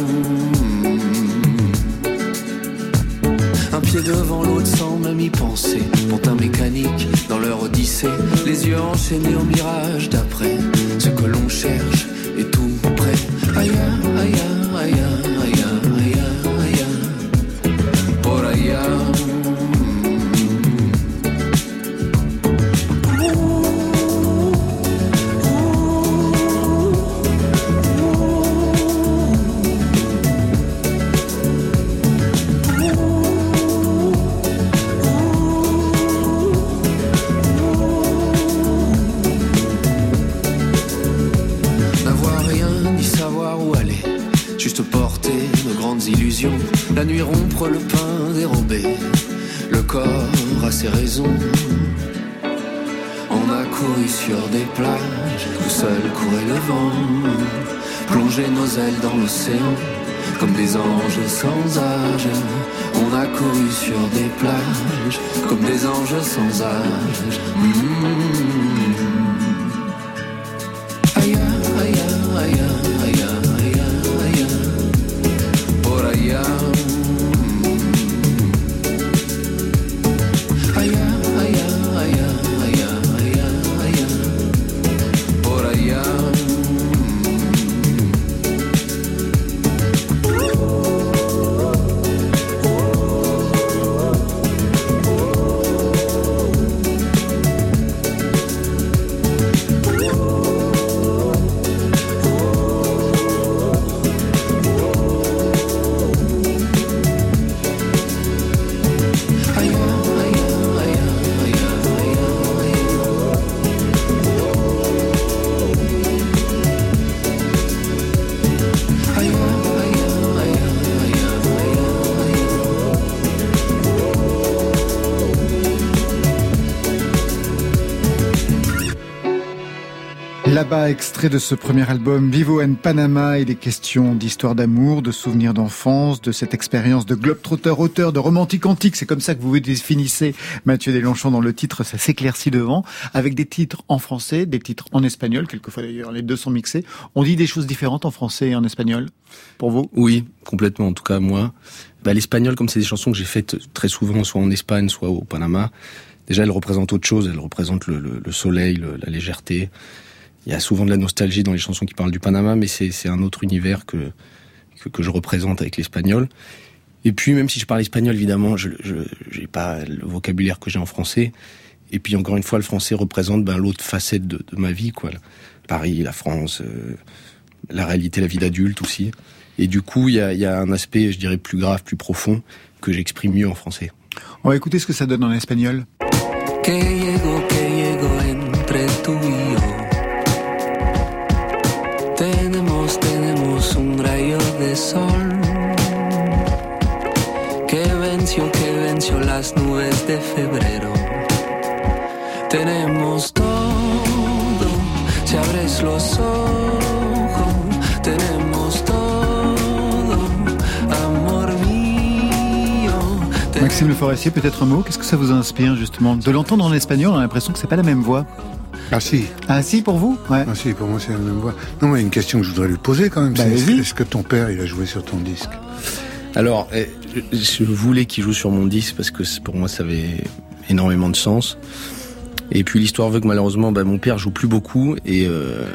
Un pied devant l'autre sans même y penser, pontin mécanique dans leur odyssée, les yeux enchaînés au mirage d'après, ce que l'on cherche est tout près. Aïe, aïe, aïe, aïe, aïe, aïe, por allá. La nuit rompre le pain dérobé, le corps a ses raisons. On a couru sur des plages où seul courait le vent, plongé nos ailes dans l'océan comme des anges sans âge. On a couru sur des plages comme des anges sans âge. Aïe, aïe, aïe, aïe, aïe, aïe, por allá. Là-bas, extrait de ce premier album Vivo en Panama, il est question d'histoire d'amour, de souvenirs d'enfance, de cette expérience de globetrotter, auteur de romantique antique. C'est comme ça que vous vous définissez, Mathieu Deslongchamps, dans le titre Ça s'éclaircit devant, avec des titres en français, des titres en espagnol, quelquefois d'ailleurs, les deux sont mixés. On dit des choses différentes en français et en espagnol, pour vous? Oui, complètement, en tout cas moi. L'espagnol, comme c'est des chansons que j'ai faites très souvent, soit en Espagne, soit au Panama, déjà elles représentent autre chose, elles représentent le soleil, la légèreté. Il y a souvent de la nostalgie dans les chansons qui parlent du Panama, mais c'est un autre univers que je représente avec l'espagnol. Et puis, même si je parle espagnol, évidemment, je j'ai pas le vocabulaire que j'ai en français. Et puis, encore une fois, le français représente l'autre facette de ma vie, quoi. Paris, la France, la réalité, la vie d'adulte aussi. Et du coup, il y a un aspect, je dirais, plus grave, plus profond, que j'exprime mieux en français. On va écouter ce que ça donne en espagnol. Que llego entre tú y yo. Tenemos un rayo de sol que venció las nubes de febrero. Tenemos todo, si abres los ojos, tenemos todo, amor mío. Maxime Le Forestier, peut-être un mot, qu'est-ce que ça vous inspire justement? De l'entendre en espagnol, on a l'impression que c'est pas la même voix. Ah si. Ah si, pour vous? Ouais. Ah si, pour moi c'est la même voix. Non, mais une question que je voudrais lui poser quand même, est-ce que ton père, il a joué sur ton disque? Alors, je voulais qu'il joue sur mon disque parce que pour moi ça avait énormément de sens. Et puis l'histoire veut que malheureusement mon père joue plus beaucoup et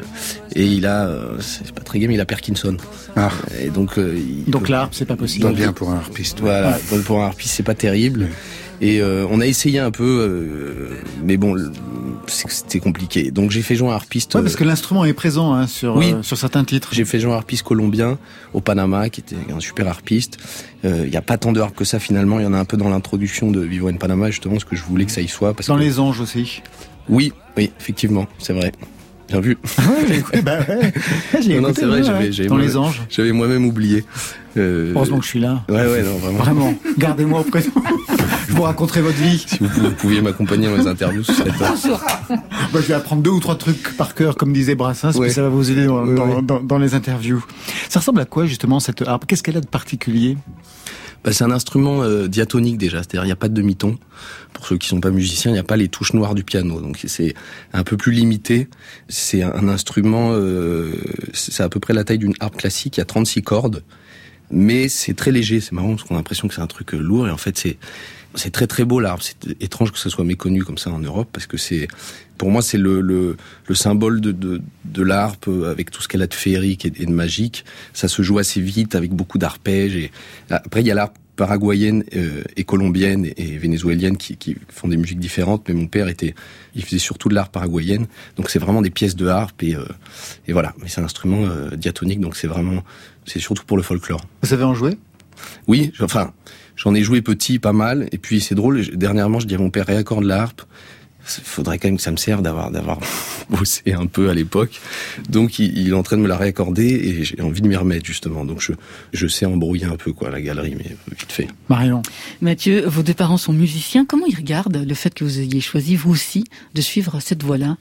il a c'est pas très game, il a Parkinson. Ah. Et donc l'harpe c'est pas possible. Pas bien pour un harpiste. Voilà, pour un harpiste c'est pas terrible. Et on a essayé un peu, mais bon, c'était compliqué. Donc j'ai fait jouer un harpiste. Ouais, parce que l'instrument est présent sur certains titres. J'ai fait jouer un harpiste colombien au Panama, qui était un super harpiste. Il y a pas tant de harpe que ça finalement. Il y en a un peu dans l'introduction de Vivo en Panama, justement, parce que je voulais que ça y soit. Parce dans que... Les Anges aussi. Oui, effectivement, c'est vrai. Bien vu. J'ai écouté, j'ai écouté, c'est vrai, j'avais dans Les Anges. J'avais moi-même oublié. Heureusement que je suis là. Ouais, non, vraiment. Vraiment, gardez-moi auprès de vous. Je vous raconterai votre vie. Si vous pouviez m'accompagner dans les interviews, ce serait top. Je vais apprendre 2 ou 3 trucs par cœur, comme disait Brassens, puis ça va vous aider dans les interviews. Ça ressemble à quoi, justement, cette harpe? Qu'est-ce qu'elle a de particulier? C'est un instrument diatonique déjà, c'est-à-dire il n'y a pas de demi-ton. Pour ceux qui sont pas musiciens, il n'y a pas les touches noires du piano, donc c'est un peu plus limité. C'est un instrument, c'est à peu près la taille d'une harpe classique, il y a 36 cordes, mais c'est très léger, c'est marrant parce qu'on a l'impression que c'est un truc lourd, et en fait c'est très très beau l'harpe. C'est étrange que ça soit méconnu comme ça en Europe, parce que pour moi c'est le symbole de l'harpe, avec tout ce qu'elle a de féerique et de magique. Ça se joue assez vite avec beaucoup d'arpèges. Et après il y a l'harpe paraguayenne et colombienne et vénézuélienne qui font des musiques différentes, mais mon père il faisait surtout de l'harpe paraguayenne, donc c'est vraiment des pièces de harpe et voilà. Mais c'est un instrument diatonique, donc c'est surtout pour le folklore. Vous savez en jouer? Oui, j'en ai joué petit, pas mal, et puis c'est drôle, dernièrement je dis à mon père, réaccorde la harpe. Il faudrait quand même que ça me serve d'avoir bossé un peu à l'époque. Donc il est en train de me la réaccorder et j'ai envie de m'y remettre justement. Donc je sais embrouiller un peu la galerie, mais vite fait. Marion. Mathieu, vos 2 parents sont musiciens. Comment ils regardent le fait que vous ayez choisi vous aussi de suivre cette voie-là?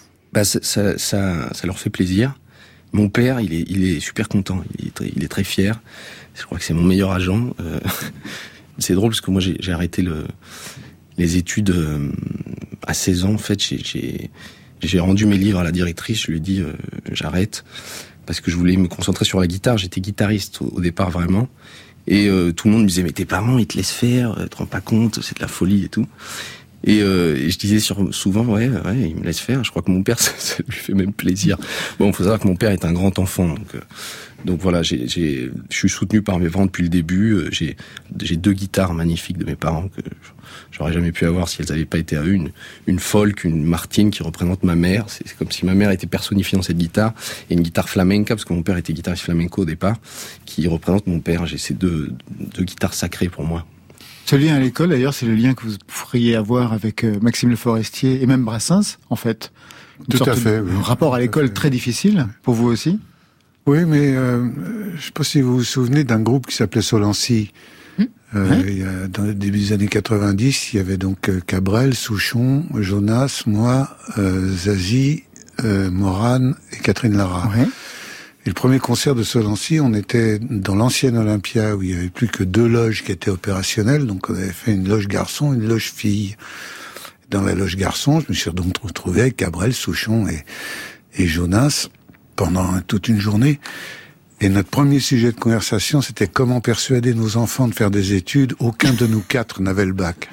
Ça leur fait plaisir. Mon père, il est super content. Il est très fier. Je crois que c'est mon meilleur agent. C'est drôle parce que moi j'ai arrêté les études à 16 ans. En fait, j'ai rendu mes livres à la directrice. Je lui ai dit j'arrête parce que je voulais me concentrer sur la guitare. J'étais guitariste au départ vraiment, et tout le monde me disait mais tes parents ils te laissent faire, tu te rends pas compte, c'est de la folie et tout. Et je disais souvent ouais il me laisse faire. Je crois que mon père ça lui fait même plaisir. Bon, faut savoir que mon père est un grand enfant, donc voilà, je suis soutenu par mes parents depuis le début. J'ai 2 guitares magnifiques de mes parents que j'aurais jamais pu avoir si elles n'avaient pas été à eux. Une folk, une Martine qui représente ma mère. C'est comme si ma mère était personnifiée dans cette guitare, et une guitare flamenca parce que mon père était guitariste flamenco au départ, qui représente mon père. J'ai ces deux guitares sacrées pour moi. Ce lien à l'école, d'ailleurs, c'est le lien que vous pourriez avoir avec Maxime Le Forestier et même Brassens, en fait. Tout à fait. Oui. Un rapport à l'école très difficile, pour vous aussi? Oui, mais je ne sais pas si vous vous souvenez d'un groupe qui s'appelait Solancy. Dans le début des années 90, il y avait donc Cabrel, Souchon, Jonas, moi, Zazie, Morane et Catherine Lara. Ouais. Et le premier concert de Solancy, on était dans l'ancienne Olympia où il y avait plus que 2 loges qui étaient opérationnelles. Donc on avait fait une loge garçon, une loge fille. Dans la loge garçon, je me suis donc retrouvé avec Cabrel, Souchon et Jonas pendant toute une journée. Et notre premier sujet de conversation, c'était comment persuader nos enfants de faire des études. Aucun de nous 4 n'avait le bac.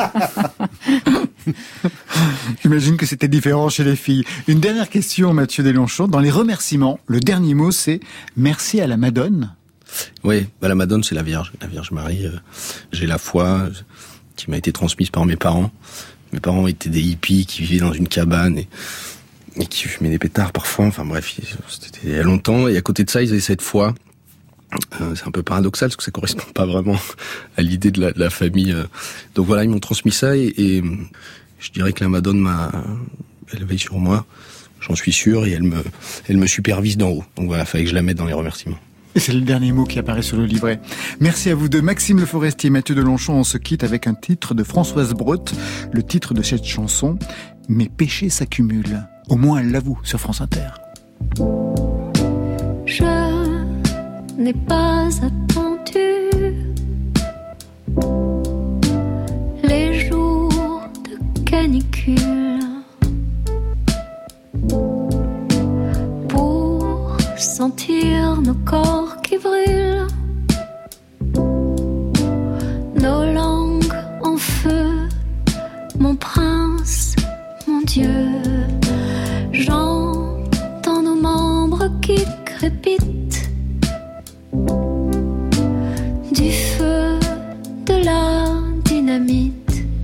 J'imagine que c'était différent chez les filles. Une dernière question, Mathieu Deslongchamps. Dans les remerciements, le dernier mot, c'est merci à la Madone. Oui, la Madone, c'est la Vierge Marie. J'ai la foi qui m'a été transmise par mes parents. Mes parents étaient des hippies qui vivaient dans une cabane et qui fumaient des pétards parfois. Enfin bref, c'était il y a longtemps. Et à côté de ça, ils avaient cette foi. C'est un peu paradoxal parce que ça correspond pas vraiment à l'idée de la famille. Donc voilà, ils m'ont transmis ça et je dirais que la Madone elle veille sur moi. J'en suis sûr, et elle me supervise d'en haut. Donc voilà, fallait que je la mette dans les remerciements. Et c'est le dernier mot qui apparaît sur le livret. Merci à vous deux, Maxime Le Forestier et Mathieu Deslongchamps. On se quitte avec un titre de Françoise Breut, le titre de cette chanson, « Mes péchés s'accumulent ». Au moins elle l'avoue sur France Inter. Je n'ai pas attendu les jours de canicule sentir nos corps qui brûlent, nos langues en feu, mon prince, mon Dieu. J'entends nos membres qui crépitent, du feu, de la dynamite.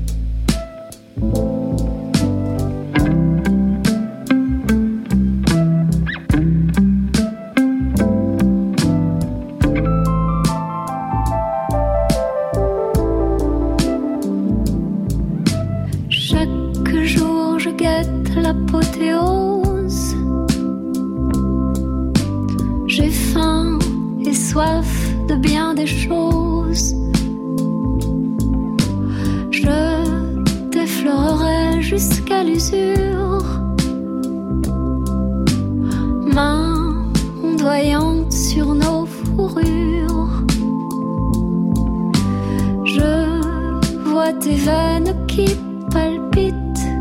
L'apothéose. J'ai faim et soif de bien des choses. Je t'effleurerai jusqu'à l'usure, main ondoyante sur nos fourrures. Je vois tes veines qui palpitent,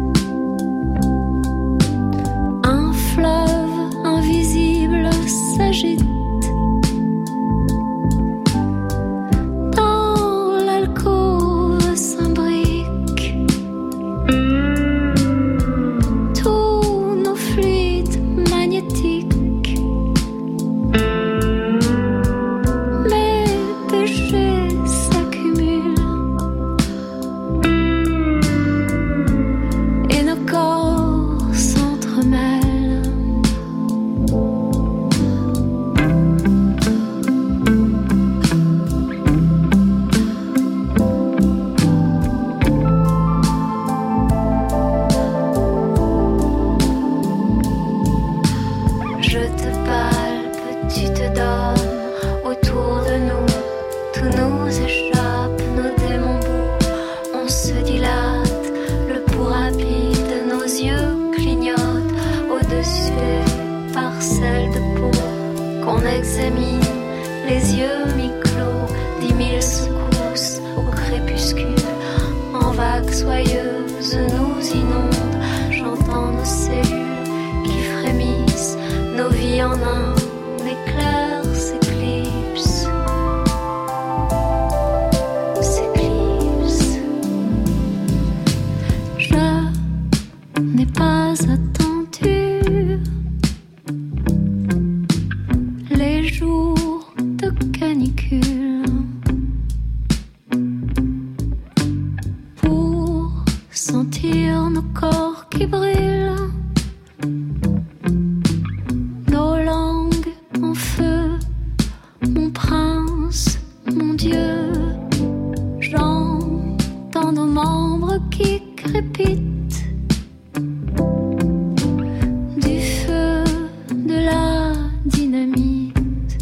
fleuve invisible s'agite. Dans l'alcôve s'imbriquent tous nos fluides magnétiques. Mes péchés s'accumulent et nos corps s'entremêlent. Examine les yeux mi-clos, 10 000 secousses au crépuscule, en vagues soyeuses nous inondent. J'entends nos cellules qui frémissent, nos vies en un éclair s'éclipsent. Je n'ai pas attendu les jours de canicule pour sentir nos corps qui brûlent, nos langues en feu, mon prince, mon Dieu. J'entends nos membres qui crépitent, du feu, de la dynamite.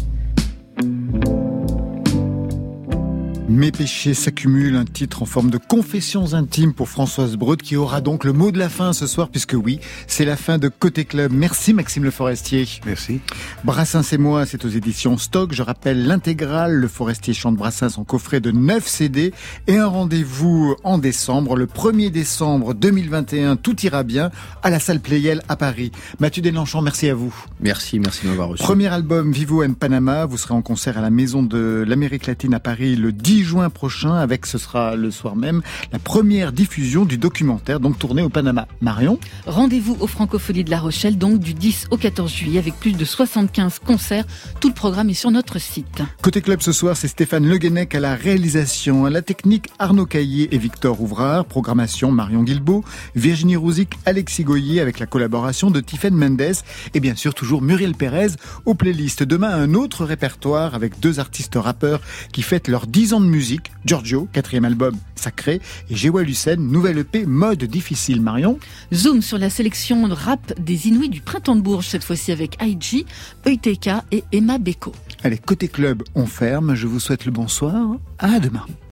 Mes péchés s'accumulent, un titre en forme de confessions intimes pour Françoise Braud, qui aura donc le mot de la fin ce soir, puisque oui, c'est la fin de Côté Club. Merci Maxime Le Forestier. Merci. Brassens et moi, c'est aux éditions Stock. Je rappelle l'intégrale, Le Forestier chante Brassens en coffret de 9 CD, et un rendez-vous en décembre, le 1er décembre 2021, tout ira bien, à la salle Playel à Paris. Mathieu Delanchon, merci à vous. Merci de m'avoir reçu. Premier album Vivo en Panama, vous serez en concert à la Maison de l'Amérique latine à Paris le 10 juin prochain, avec, ce sera le soir même, la première diffusion du documentaire, donc tourné au Panama. Marion ? Rendez-vous aux Francopholies de La Rochelle, donc du 10 au 14 juillet, avec plus de 75 concerts. Tout le programme est sur notre site. Côté Club ce soir, c'est Stéphane Le Guenec à la réalisation, à la technique Arnaud Caillé et Victor Ouvrard, programmation Marion Guilbault, Virginie Rouzic, Alexis Goyer, avec la collaboration de Tiffaine Mendes, et bien sûr toujours Muriel Pérez aux playlists. Demain, un autre répertoire avec 2 artistes rappeurs qui fêtent leurs 10 ans de musique. Giorgio, 4e album Sacré, et Jewa Lucen, nouvelle EP Mode difficile. Marion ? Zoom sur la sélection rap des Inuits du Printemps de Bourges, cette fois-ci avec IG, EITK et Emma Beko. Allez, Côté Club, on ferme. Je vous souhaite le bonsoir. À demain.